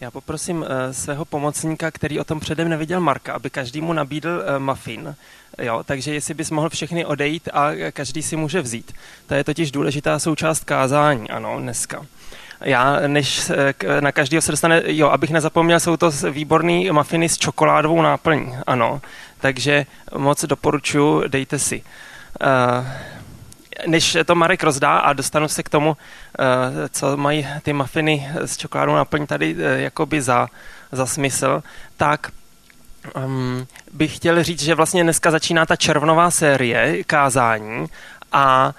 Já poprosím svého pomocníka, který o tom předem neviděl, Marka, aby každému nabídl muffin. Jo, takže jestli bys mohl všechny odejít a každý si může vzít. To je totiž důležitá součást kázání, ano, dneska. Já, než na každého se dostane, jo, abych nezapomněl, jsou to výborný muffiny s čokoládovou náplní, ano. Takže moc doporučuji, dejte si. Než to Marek rozdá a dostanu se k tomu, co mají ty muffiny s čokoládou náplní tady jakoby za smysl, tak bych chtěl říct, že vlastně dneska začíná ta červnová série kázání a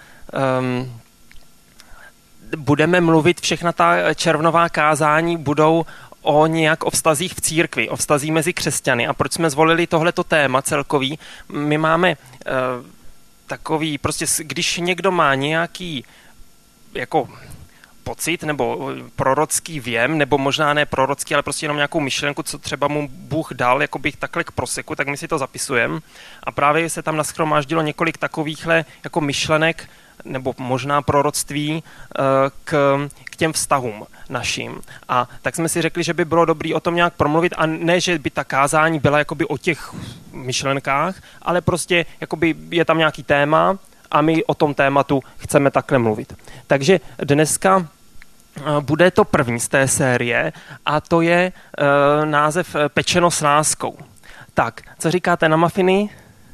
budeme mluvit, všechna ta červnová kázání budou o vztazích v církvi, o vztazích mezi křesťany. A proč jsme zvolili tohleto téma celkový? My máme takový, prostě když někdo má nějaký jako pocit nebo prorocký věm, nebo možná ne prorocký, ale prostě jenom nějakou myšlenku, co třeba mu Bůh dal, jako bych takhle k proseku, tak my si to zapisujeme. A právě se tam nashromáždilo několik takovýchhle jako myšlenek, nebo možná proroctví k těm vztahům našim. A tak jsme si řekli, že by bylo dobré o tom nějak promluvit a ne, že by ta kázání byla jakoby o těch myšlenkách, ale prostě jakoby je tam nějaký téma a my o tom tématu chceme takhle mluvit. Takže dneska bude to první z té série a to je název Pečeno s láskou. Tak, co říkáte na muffiny?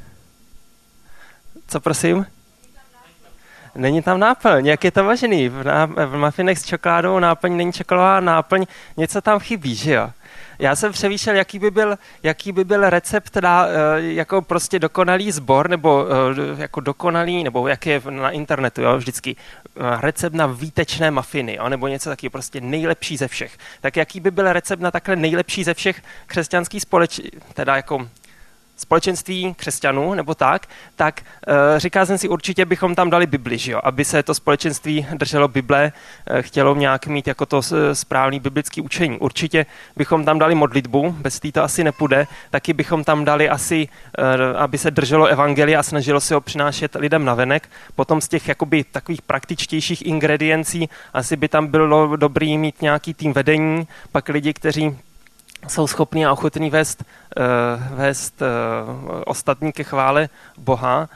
Co prosím? Není tam náplň, jak je to možný? V muffinech s čokoládovou náplň není čokoládová náplň, něco tam chybí, že jo? Já jsem přemýšlel, jaký by byl recept na jako prostě dokonalý sbor, nebo jako dokonalý, nebo jak je na internetu, jo, vždycky recept na výtečné muffiny, jo, nebo něco taky prostě nejlepší ze všech. Tak jaký by byl recept na takhle nejlepší ze všech křesťanských teda jako společenství křesťanů, nebo tak říkal jsem si, určitě bychom tam dali Bibli, že jo? Aby se to společenství drželo Bible, chtělo nějak mít jako to správný biblický učení. Určitě bychom tam dali modlitbu, bez té to asi nepůjde, taky bychom tam dali asi, aby se drželo evangelia a snažilo se ho přinášet lidem navenek. Potom z těch jakoby takových praktičtějších ingrediencí asi by tam bylo dobrý mít nějaký tým vedení, pak lidi, kteří jsou schopní a ochotní vést ostatní ke chvále Boha.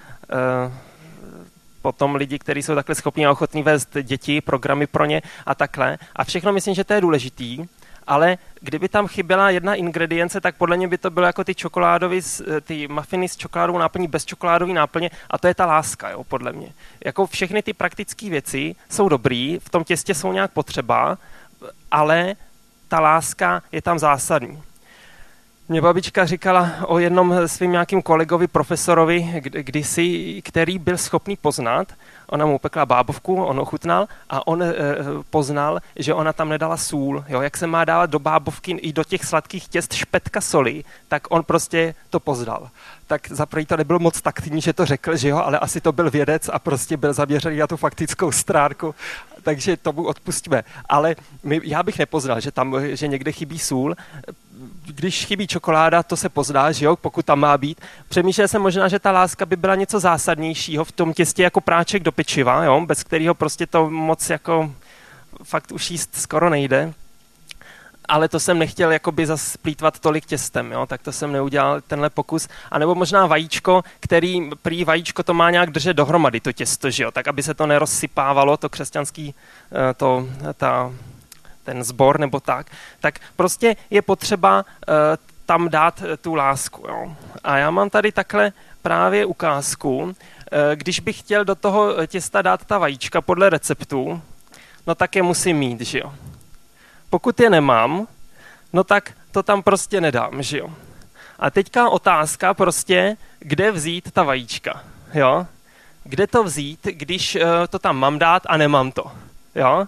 Potom lidi, kteří jsou takhle schopní a ochotní vést děti, programy pro ně a takhle. A všechno myslím, že to je důležitý, ale kdyby tam chyběla jedna ingredience, tak podle mě by to bylo jako ty muffiny s čokoládovou náplní bez čokoládové náplně a to je ta láska, jo, podle mě. Jako všechny ty praktické věci jsou dobrý, v tom těstě jsou nějak potřeba, ale ta láska je tam zásadní. Mě babička říkala o jednom svým nějakým kolegovi, profesorovi, kdysi, který byl schopný poznat, ona mu upekla bábovku, on ochutnal a on poznal, že ona tam nedala sůl. Jo? Jak se má dávat do bábovky i do těch sladkých těst špetka soli, tak on prostě to poznal. Tak za první to nebylo moc taktní, že to řekl, že jo, ale asi to byl vědec a prostě byl zaměřený na tu faktickou stránku, takže tomu odpustíme. Ale já bych nepoznal, že někde chybí sůl. Když chybí čokoláda, to se pozná, že jo, pokud tam má být. Přemýšlel jsem možná, že ta láska by byla něco zásadnějšího v tom těstě jako práček do pečiva, jo, bez kterého prostě to moc jako fakt už jíst skoro nejde. Ale to jsem nechtěl jakoby zas plýtvat tolik těstem, jo, tak to jsem neudělal tenhle pokus. A nebo možná vajíčko, prý vajíčko to má nějak držet dohromady, to těsto, že jo, tak aby se to nerozsypávalo, to křesťanský, ten sbor nebo tak prostě je potřeba tam dát tu lásku. Jo. A já mám tady takhle právě ukázku, když bych chtěl do toho těsta dát ta vajíčka podle receptu, no tak je musím mít, že jo. Pokud je nemám, no tak to tam prostě nedám, že jo. A teďka otázka prostě, kde vzít ta vajíčka, jo. Kde to vzít, když to tam mám dát a nemám to, jo.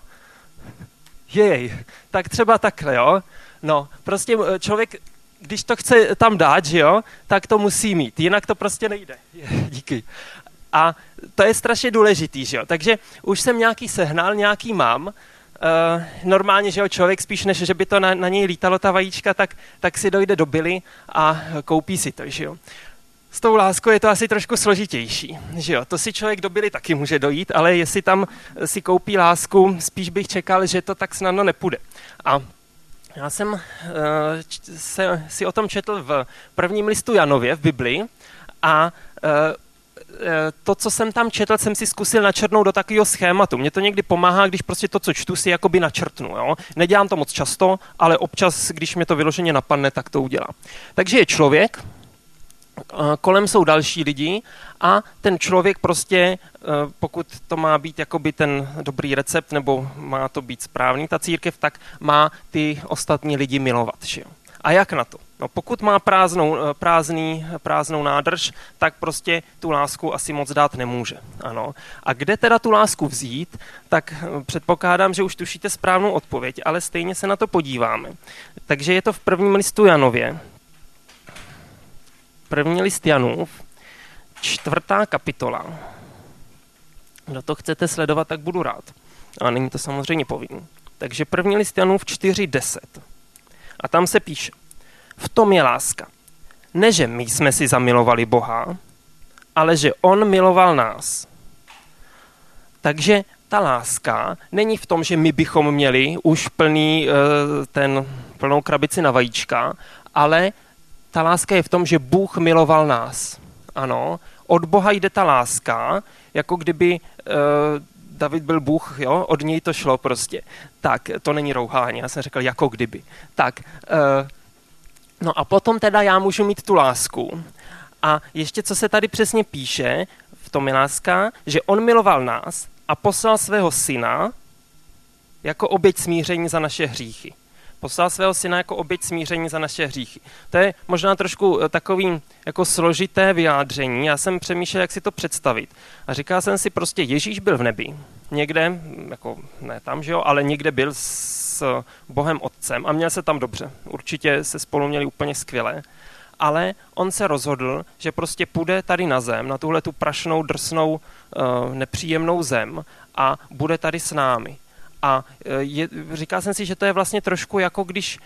Tak třeba takhle, jo. No, prostě člověk, když to chce tam dát, že jo, tak to musí mít, jinak to prostě nejde. Díky. A to je strašně důležitý, že jo. Takže už jsem nějaký sehnal, nějaký mám. Normálně, že jo, člověk spíš, než že by to na něj lítalo ta vajíčka, tak si dojde do Billy a koupí si to, že jo. S tou láskou je to asi trošku složitější, že jo. To si člověk do Billy taky může dojít, ale jestli tam si koupí lásku, spíš bych čekal, že to tak snadno nepůjde. A Já jsem si o tom četl v prvním listu Janově v Biblii a to, co jsem tam četl, jsem si zkusil načrtnout do takového schématu. Mně to někdy pomáhá, když prostě to, co čtu, si jakoby načrtnu. Jo? Nedělám to moc často, ale občas, když mě to vyloženě napadne, tak to udělám. Takže je člověk, kolem jsou další lidi a ten člověk prostě, pokud to má být jakoby ten dobrý recept, nebo má to být správný, ta církev, tak má ty ostatní lidi milovat. Že jo? A jak na to? No, pokud má prázdnou nádrž, tak prostě tu lásku asi moc dát nemůže. Ano. A kde teda tu lásku vzít, tak předpokládám, že už tušíte správnou odpověď, ale stejně se na to podíváme. Takže je to v prvním listu Janově. První list Janův, 4. kapitola. Kdo to chcete sledovat, tak budu rád. A není to samozřejmě povinný. Takže první list Janův 4:10. A tam se píše: v tom je láska. Ne, že my jsme si zamilovali Boha, ale že on miloval nás. Takže ta láska není v tom, že my bychom měli už plnou krabici na vajíčka, ale ta láska je v tom, že Bůh miloval nás. Ano, od Boha jde ta láska, jako kdyby David byl Bůh, jo? Od něj to šlo prostě. Tak, to není rouhání, já jsem řekl jako kdyby. Tak, no a potom teda já můžu mít tu lásku. A ještě co se tady přesně píše, v tom je láska, že on miloval nás a poslal svého syna jako oběť smíření za naše hříchy. Poslal svého syna jako oběť smíření za naše hříchy. To je možná trošku takový jako složité vyjádření. Já jsem přemýšlel, jak si to představit. A říkal jsem si prostě, Ježíš byl v nebi. Někde, jako ne tam, že jo, ale někde byl s Bohem Otcem a měl se tam dobře. Určitě se spolu měli úplně skvěle. Ale on se rozhodl, že prostě půjde tady na zem, na tuhle tu prašnou, drsnou, nepříjemnou zem a bude tady s námi. A říkal jsem si, že to je vlastně trošku jako když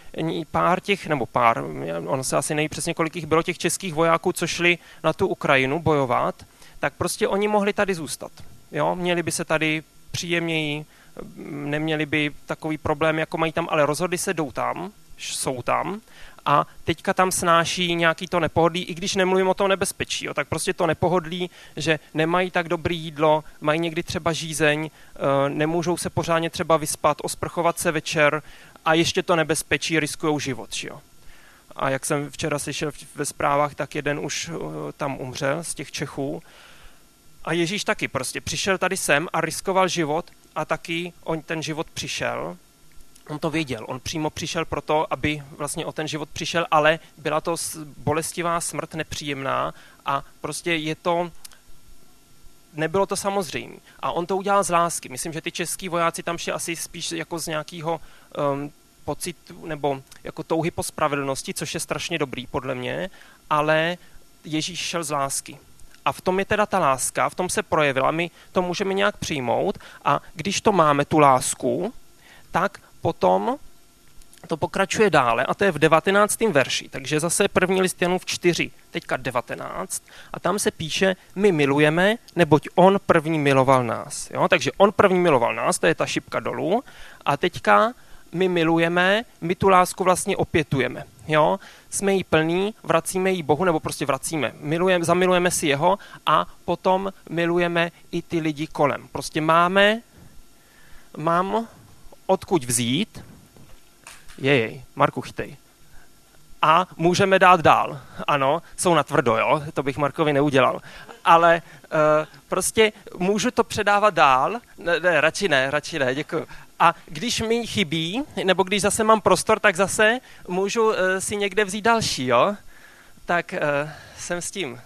ono se asi neví přesně, kolik jich bylo těch českých vojáků, co šli na tu Ukrajinu bojovat, tak prostě oni mohli tady zůstat. Jo? Měli by se tady příjemněji, neměli by takový problém, jako mají tam, ale rozhodli se, jsou tam a teďka tam snáší nějaký to nepohodlí, i když nemluvím o tom nebezpečí, jo, tak prostě to nepohodlí, že nemají tak dobré jídlo, mají někdy třeba žízeň, nemůžou se pořádně třeba vyspat, osprchovat se večer a ještě to nebezpečí, riskujou život. Jo. A jak jsem včera slyšel ve zprávách, tak jeden už tam umřel z těch Čechů. A Ježíš taky prostě přišel tady sem a riskoval život a taky on ten život přišel. On to věděl, on přímo přišel proto, aby vlastně o ten život přišel, ale byla to bolestivá smrt, nepříjemná a prostě nebylo to samozřejmé. A on to udělal z lásky. Myslím, že ty český vojáci tam šli asi spíš jako z nějakého pocitu nebo jako touhy po spravedlnosti, což je strašně dobrý podle mě, ale Ježíš šel z lásky. A v tom je teda ta láska, v tom se projevila, my to můžeme nějak přijmout a když to máme, tu lásku, tak potom to pokračuje dále a to je v 19. verši. Takže zase první list Janův 4, teďka 19 a tam se píše, my milujeme, neboť on první miloval nás. Jo? Takže on první miloval nás, to je ta šipka dolů a teďka my milujeme, my tu lásku vlastně opětujeme. Jo? Jsme jí plní, vracíme jí Bohu, nebo prostě zamilujeme si jeho a potom milujeme i ty lidi kolem. Prostě mám odkud vzít, Marku, chytej. A můžeme dát dál. Ano, jsou na tvrdo, jo, to bych Markovi neudělal. Ale prostě můžu to předávat dál, radši ne, děkuji. A když mi chybí, nebo když zase mám prostor, tak zase můžu si někde vzít další, jo. Tak jsem s tím.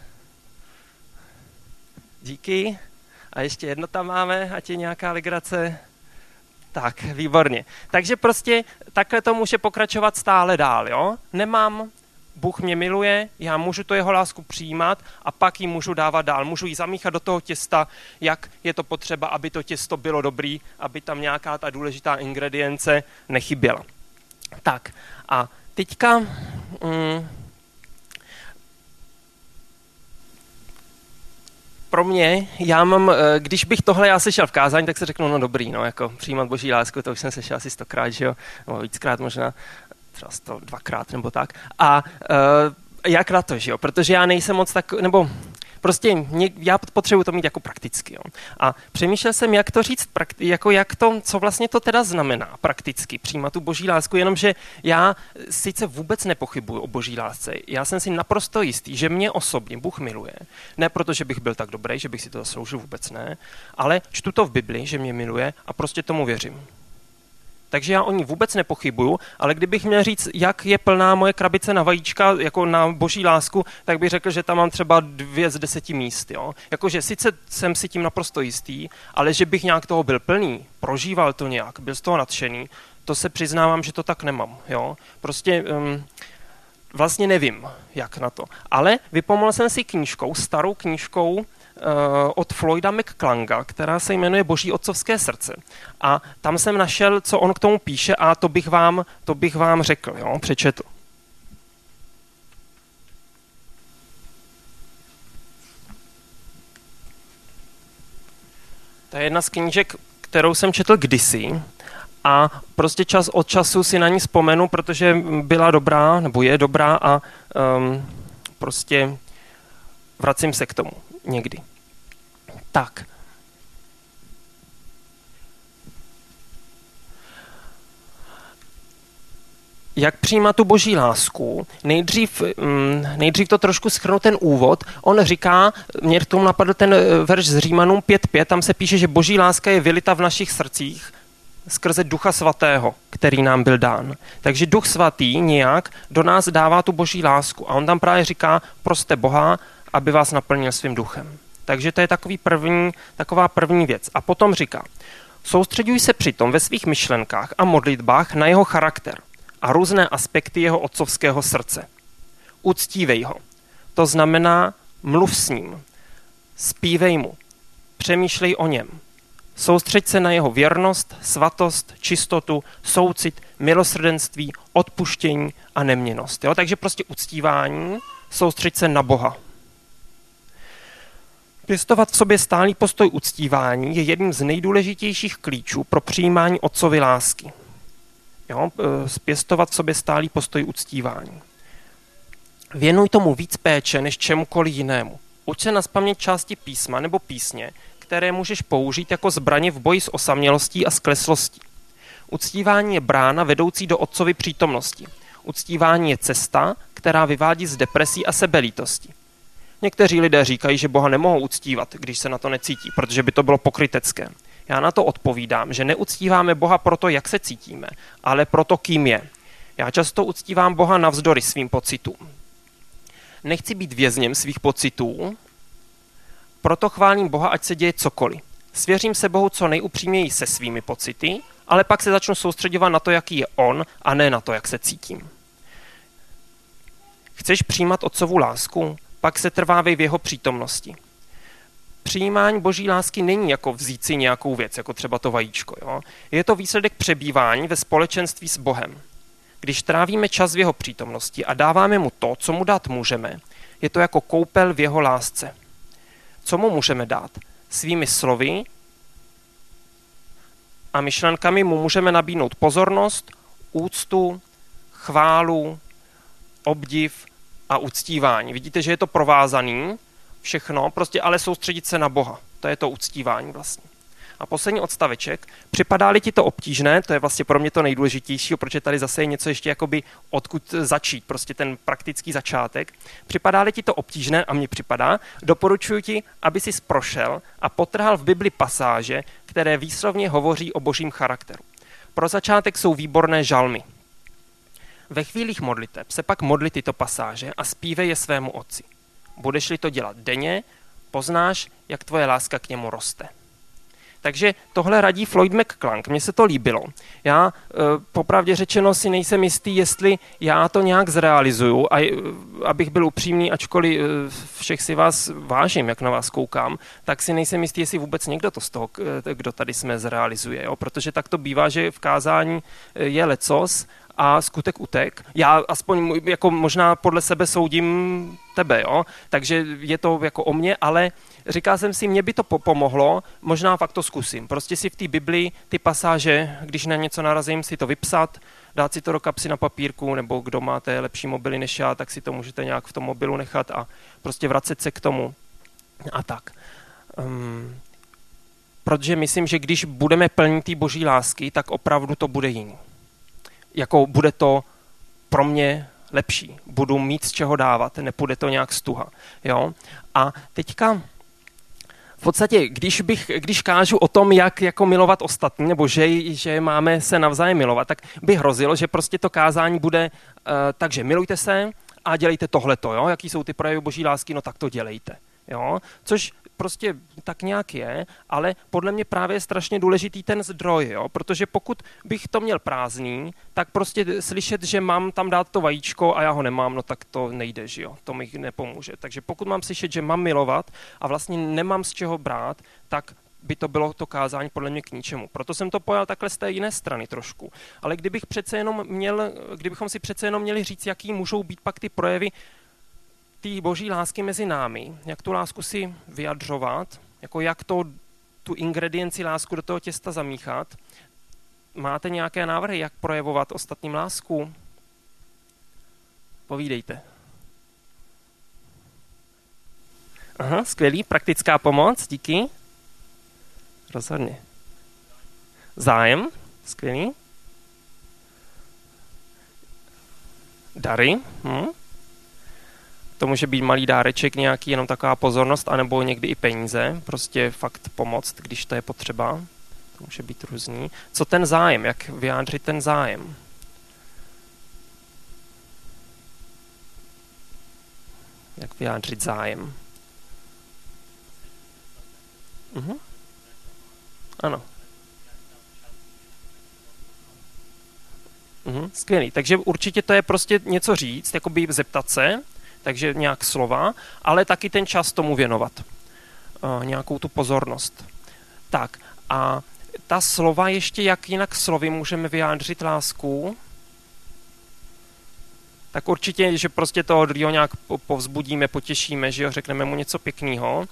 Díky. A ještě jedno tam máme, ať je nějaká legrace. Tak, výborně. Takže prostě takhle to může pokračovat stále dál, jo? Bůh mě miluje, já můžu to jeho lásku přijímat a pak ji můžu dávat dál. Můžu ji zamíchat do toho těsta, jak je to potřeba, aby to těsto bylo dobrý, aby tam nějaká ta důležitá ingredience nechyběla. Tak a teďka... Pro mě, když bych tohle já slyšel v kázání, tak si řeknu, no dobrý, no jako přijímat boží lásku, to už jsem slyšel asi 100krát, že jo, nebo víckrát možná, třeba 102krát nebo tak. A jak na to, že jo? Protože já nejsem moc tak, nebo prostě já potřebuji to mít jako prakticky. Jo? A přemýšlel jsem, jak to říct, jako jak to, co vlastně to teda znamená prakticky, přijímat tu boží lásku, jenomže já sice vůbec nepochybuju o boží lásce, já jsem si naprosto jistý, že mě osobně Bůh miluje. Ne proto, že bych byl tak dobrý, že bych si to zasloužil, vůbec ne, ale čtu to v Bibli, že mě miluje a prostě tomu věřím. Takže já o ní vůbec nepochybuju, ale kdybych měl říct, jak je plná moje krabice na vajíčka, jako na boží lásku, tak bych řekl, že tam mám třeba 2 z 10 míst. Jo? Jakože sice jsem si tím naprosto jistý, ale že bych nějak toho byl plný, prožíval to nějak, byl z toho nadšený, to se přiznávám, že to tak nemám. Jo? Prostě vlastně nevím, jak na to. Ale vypomohl jsem si knížkou, starou knížkou, od Floyda McClanga, která se jmenuje Boží otcovské srdce. A tam jsem našel, co on k tomu píše a to bych vám řekl, jo, přečetl. To je jedna z knížek, kterou jsem četl kdysi a prostě čas od času si na ní vzpomenu, protože byla dobrá, nebo je dobrá a prostě vracím se k tomu někdy. Tak. Jak přijímat tu boží lásku? Nejdřív to trošku shrnu ten úvod. On říká, mě k tomu napadl ten verš z Římanům 5.5, tam se píše, že boží láska je vylita v našich srdcích skrze Ducha Svatého, který nám byl dán. Takže Duch Svatý nějak do nás dává tu boží lásku. A on tam právě říká, proste Boha, aby vás naplnil svým duchem. Takže to je taková první věc. A potom říká, soustřeďuj se přitom ve svých myšlenkách a modlitbách na jeho charakter a různé aspekty jeho otcovského srdce. Uctívej ho. To znamená, mluv s ním, zpívej mu, přemýšlej o něm. Soustřeď se na jeho věrnost, svatost, čistotu, soucit, milosrdenství, odpuštění a neměnnost. Jo? Takže prostě uctívání, soustřeď se na Boha. Pěstovat v sobě stálý postoj uctívání je jedním z nejdůležitějších klíčů pro přijímání otcovy lásky. Jo? Pěstovat v sobě stálý postoj uctívání. Věnuj tomu víc péče než čemukoliv jinému. Uč se nazpaměť části písma nebo písně, které můžeš použít jako zbraně v boji s osamělostí a skleslostí. Uctívání je brána vedoucí do otcovy přítomnosti. Uctívání je cesta, která vyvádí z depresí a sebelítosti. Někteří lidé říkají, že Boha nemohou uctívat, když se na to necítí, protože by to bylo pokrytecké. Já na to odpovídám, že neuctíváme Boha proto, jak se cítíme, ale proto, kým je. Já často uctívám Boha navzdory svým pocitům. Nechci být vězněm svých pocitů, proto chválím Boha, ať se děje cokoliv. Svěřím se Bohu co nejupřímněji se svými pocity, ale pak se začnu soustředovat na to, jaký je on, a ne na to, jak se cítím. Chceš přijímat otcovu lásku? Pak se trvávej v jeho přítomnosti. Přijímání boží lásky není jako vzít si nějakou věc, jako třeba to vajíčko. Jo? Je to výsledek přebývání ve společenství s Bohem. Když trávíme čas v jeho přítomnosti a dáváme mu to, co mu dát můžeme, je to jako koupel v jeho lásce. Co mu můžeme dát? Svými slovy a myšlenkami mu můžeme nabídnout pozornost, úctu, chválu, obdiv a uctívání. Vidíte, že je to provázaný všechno, prostě ale soustředit se na Boha. To je to uctívání vlastně. A poslední odstaveček. Připadá-li ti to obtížné, to je vlastně pro mě to nejdůležitější, protože tady zase je něco ještě jakoby odkud začít, prostě ten praktický začátek. Připadá-li ti to obtížné, a mně připadá, doporučuji ti, aby si prošel a potrhal v Bibli pasáže, které výslovně hovoří o božím charakteru. Pro začátek jsou výborné žalmy. Ve chvílích modliteb se pak modli tyto pasáže a zpívej je svému otci. Budeš-li to dělat denně, poznáš, jak tvoje láska k němu roste. Takže tohle radí Floyd McClang, mně se to líbilo. Já popravdě řečeno si nejsem jistý, jestli já to nějak zrealizuju, a abych byl upřímný, ačkoliv všech si vás vážím, jak na vás koukám, tak si nejsem jistý, jestli vůbec někdo to z toho, kdo tady jsme, zrealizuje. Jo? Protože tak to bývá, že v kázání je lecos a skutek utek. Já aspoň jako možná podle sebe soudím tebe, jo? Takže je to jako o mně, ale říkal jsem si, mě by to pomohlo, možná fakt to zkusím. Prostě si v té Biblii ty pasáže, když na něco narazím, si to vypsat, dát si to do kapsy na papírku, nebo kdo máte lepší mobily než já, tak si to můžete nějak v tom mobilu nechat a prostě vracet se k tomu a tak. Protože myslím, že když budeme plní té boží lásky, tak opravdu to bude jiný. Jako bude to pro mě lepší. Budu mít z čeho dávat, nepůjde to nějak stuha. Jo? A teďka v podstatě, když kážu o tom, jak jako milovat ostatní, nebo že máme se navzájem milovat, tak by hrozilo, že prostě to kázání bude takže milujte se a dělejte tohleto. Jo? Jaký jsou ty projevy boží lásky, no tak to dělejte. Jo? Což prostě tak nějak je, ale podle mě právě je strašně důležitý ten zdroj, jo? Protože pokud bych to měl prázdný, tak prostě slyšet, že mám tam dát to vajíčko a já ho nemám, no tak to nejde, že jo? To mi nepomůže. Takže pokud mám slyšet, že mám milovat a vlastně nemám z čeho brát, tak by to bylo to kázání podle mě k ničemu. Proto jsem to pojal takhle z té jiné strany trošku. Ale kdybychom si přece jenom měli říct, jaký můžou být pak ty projevy té boží lásky mezi námi, jak tu lásku si vyjadřovat, jako jak tu ingredienci lásku do toho těsta zamíchat. Máte nějaké návrhy, jak projevovat ostatním lásku? Povídejte. Aha, skvělý, praktická pomoc, díky. Rozhodně. Zájem, skvělý. Dary, To může být malý dáreček, nějaký jenom taková pozornost, anebo někdy i peníze, prostě fakt pomoct, když to je potřeba. To může být různý. Co ten zájem, jak vyjádřit ten zájem? Jak vyjádřit zájem? Ano. Skvělý. Takže určitě to je prostě něco říct, jakoby zeptat se, takže nějak slova, ale taky ten čas tomu věnovat. Nějakou tu pozornost. Tak a ta slova ještě, jak jinak slovy můžeme vyjádřit lásku, tak určitě, že prostě toho druhého nějak povzbudíme, potěšíme, že jo, řekneme mu něco pěkného.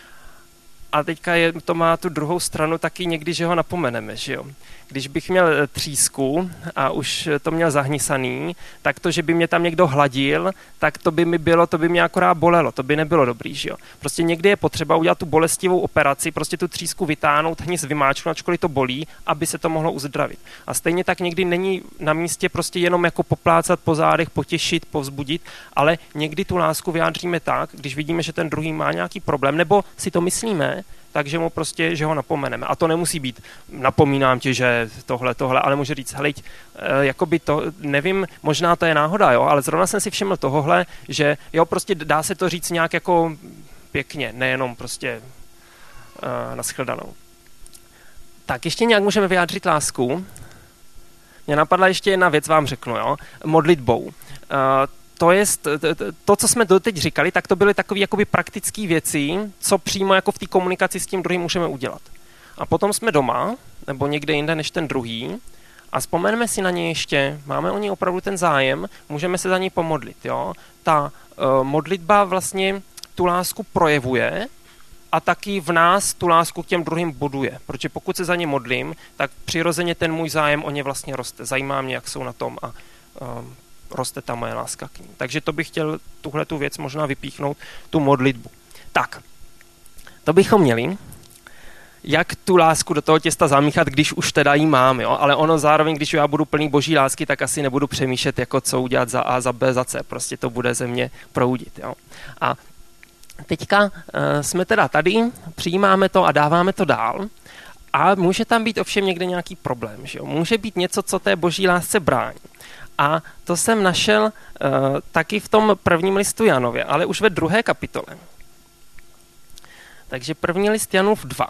A teďka to má tu druhou stranu taky někdy, že ho napomeneme, že jo. Když bych měl třísku a už to měl zahnisaný, tak to, že by mě tam někdo hladil, tak to by mě akorát bolelo, to by nebylo dobrý, že jo. Prostě někdy je potřeba udělat tu bolestivou operaci, prostě tu třísku vytáhnout, hnis vymáčknout, ačkoliv to bolí, aby se to mohlo uzdravit. A stejně tak někdy není na místě prostě jenom jako poplácat po zádech, potěšit, povzbudit, ale někdy tu lásku vyjádříme tak, když vidíme, že ten druhý má nějaký problém, nebo si to myslíme, takže mu prostě, že ho napomeneme. A to nemusí být, napomínám tě, že tohle, ale může říct, hleď, jakoby to, nevím, možná to je náhoda, jo, ale zrovna jsem si všiml tohohle, že jo, prostě dá se to říct nějak jako pěkně, nejenom prostě nashledanou. Tak ještě nějak můžeme vyjádřit lásku. Mně napadla ještě jedna věc, vám řeknu, jo, modlitbou. To je to, co jsme doteď říkali, tak to byly takové jakoby praktické věci, co přímo jako v té komunikaci s tím druhým můžeme udělat. A potom jsme doma, nebo někde jinde než ten druhý, a vzpomeneme si na ně ještě, máme o ně opravdu ten zájem, můžeme se za ní pomodlit. Jo? Ta modlitba vlastně tu lásku projevuje a taky v nás tu lásku k těm druhým buduje. Protože pokud se za ně modlím, tak přirozeně ten můj zájem o ně vlastně roste. Zajímá mě, jak jsou na tom a roste ta moje láska k ním. Takže to bych chtěl tuhletu věc možná vypíchnout, tu modlitbu. Tak, to bychom měli. Jak tu lásku do toho těsta zamíchat, když už teda jí mám, jo? Ale ono zároveň, když já budu plný boží lásky, tak asi nebudu přemýšlet, jako co udělat za A, za B, za C. Prostě to bude ze mě proudit. Jo? A teďka jsme teda tady, přijímáme to a dáváme to dál. A může tam být ovšem někde nějaký problém. Že jo? Může být něco, co té boží lásce brání. A to jsem našel taky v tom prvním listu Janově, ale už ve 2. kapitole. Takže první list Janův 2.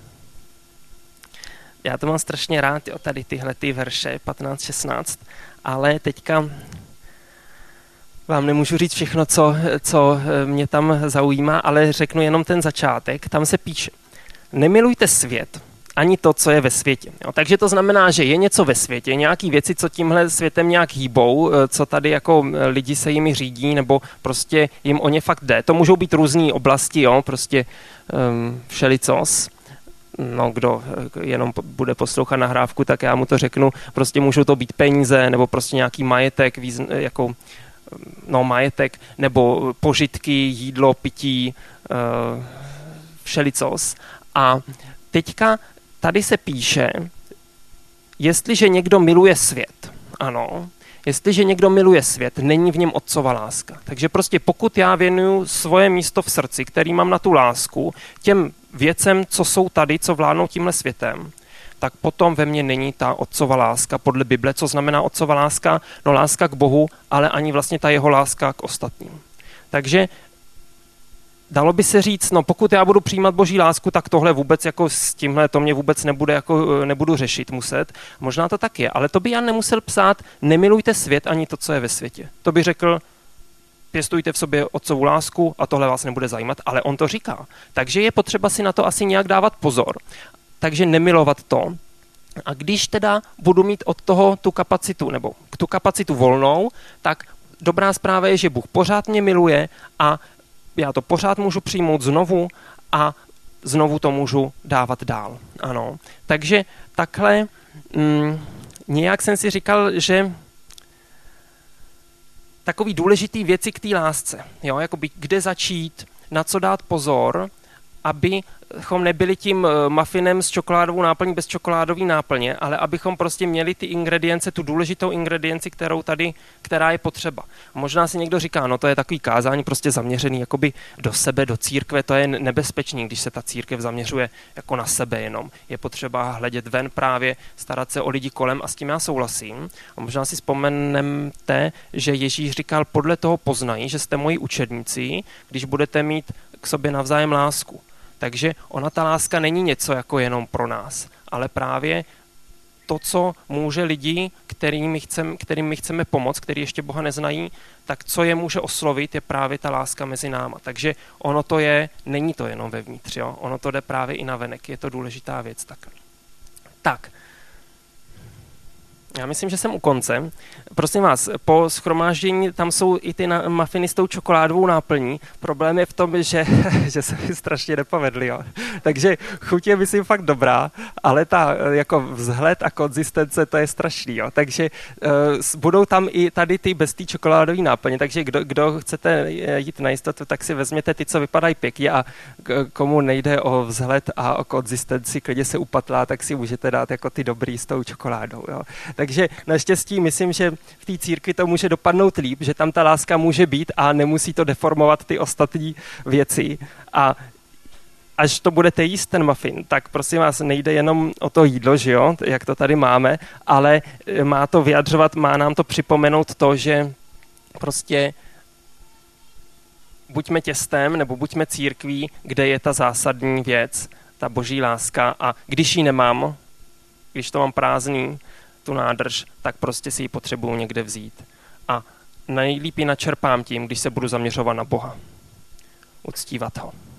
Já to mám strašně rád, jo, tady tyhle ty verše 15-16, ale teďka vám nemůžu říct všechno, co mě tam zaujímá, ale řeknu jenom ten začátek. Tam se píše, nemilujte svět, ani to, co je ve světě. Jo, takže to znamená, že je něco ve světě, nějaký věci, co tímhle světem nějak hýbou, co tady jako lidi se jimi řídí, nebo prostě jim o ně fakt jde. To můžou být různé oblasti, jo, prostě všelicos. no kdo jenom bude poslouchat nahrávku, tak já mu to řeknu, prostě můžou to být peníze, nebo prostě nějaký majetek, jako majetek, nebo požitky, jídlo, pití, všelicos. A teďka tady se píše, jestliže někdo miluje svět, ano, jestliže někdo miluje svět, není v něm otcova láska. Takže prostě pokud já věnuju svoje místo v srdci, který mám na tu lásku, těm věcem, co jsou tady, co vládnou tímhle světem, tak potom ve mně není ta otcova láska podle Bible. Co znamená otcova láska? No láska k Bohu, ale ani vlastně ta jeho láska k ostatním. Takže dalo by se říct, no pokud já budu přijímat Boží lásku, tak tohle vůbec jako s tímhle to mě vůbec nebudu řešit muset. Možná to tak je, ale to by já nemusel psát, nemilujte svět ani to, co je ve světě. To by řekl, pěstujte v sobě otcovu lásku a tohle vás nebude zajímat, ale on to říká. Takže je potřeba si na to asi nějak dávat pozor. Takže nemilovat to. A když teda budu mít od toho tu kapacitu, nebo tu kapacitu volnou, tak dobrá zpráva je, že Bůh pořád mě miluje a já to pořád můžu přijmout znovu a znovu to můžu dávat dál. Ano. Takže takhle nějak jsem si říkal, že takový důležitý věci k té lásce, jo, jakoby kde začít, na co dát pozor, abychom nebyli tím mufinem s čokoládovou náplní bez čokoládové náplně, ale abychom prostě měli ty ingredience, tu důležitou ingredienci, která je potřeba. Možná si někdo říká, no to je takový kázání prostě zaměřený jakoby do sebe, do církve, to je nebezpečný, když se ta církev zaměřuje jako na sebe jenom. Je potřeba hledět ven právě, starat se o lidi kolem a s tím já souhlasím. A možná si vzpomenete, že Ježíš říkal, podle toho poznají, že jste moji učedníci, když budete mít k sobě navzájem lásku. Takže ona ta láska není něco jako jenom pro nás, ale právě to, co může lidi, kterým my chceme pomoct, kteří ještě Boha neznají, tak co je může oslovit, je právě ta láska mezi náma. Takže ono to není to jenom vevnitř, jo? Ono to jde právě i navenek, je to důležitá věc takhle. Tak. Já myslím, že jsem u konce. Prosím vás, po shromáždění tam jsou i ty mafiny s tou čokoládovou náplní. Problém je v tom, že se mi strašně nepovedly. Jo. Takže chuť je, myslím, fakt dobrá, ale ta jako vzhled a konzistence, to je strašný. Jo. Takže budou tam i tady ty bez té čokoládové náplně, takže kdo chcete jít na jistotu, tak si vezměte ty, co vypadají pěkně a komu nejde o vzhled a o konzistenci, klidně se upatlá, tak si můžete dát jako ty dobrý s tou čokoládou. Jo. Takže naštěstí myslím, že v té církvi to může dopadnout líp, že tam ta láska může být a nemusí to deformovat ty ostatní věci. A až to budete jíst ten muffin, tak prosím vás, nejde jenom o to jídlo, že jo, jak to tady máme, ale má to vyjadřovat, má nám to připomenout to, že prostě buďme těstem nebo buďme církví, kde je ta zásadní věc, ta boží láska a když ji nemám, když to mám prázdný, tu nádrž, tak prostě si ji potřebuju někde vzít. A nejlíp ji načerpám tím, když se budu zaměřovat na Boha. Uctívat ho.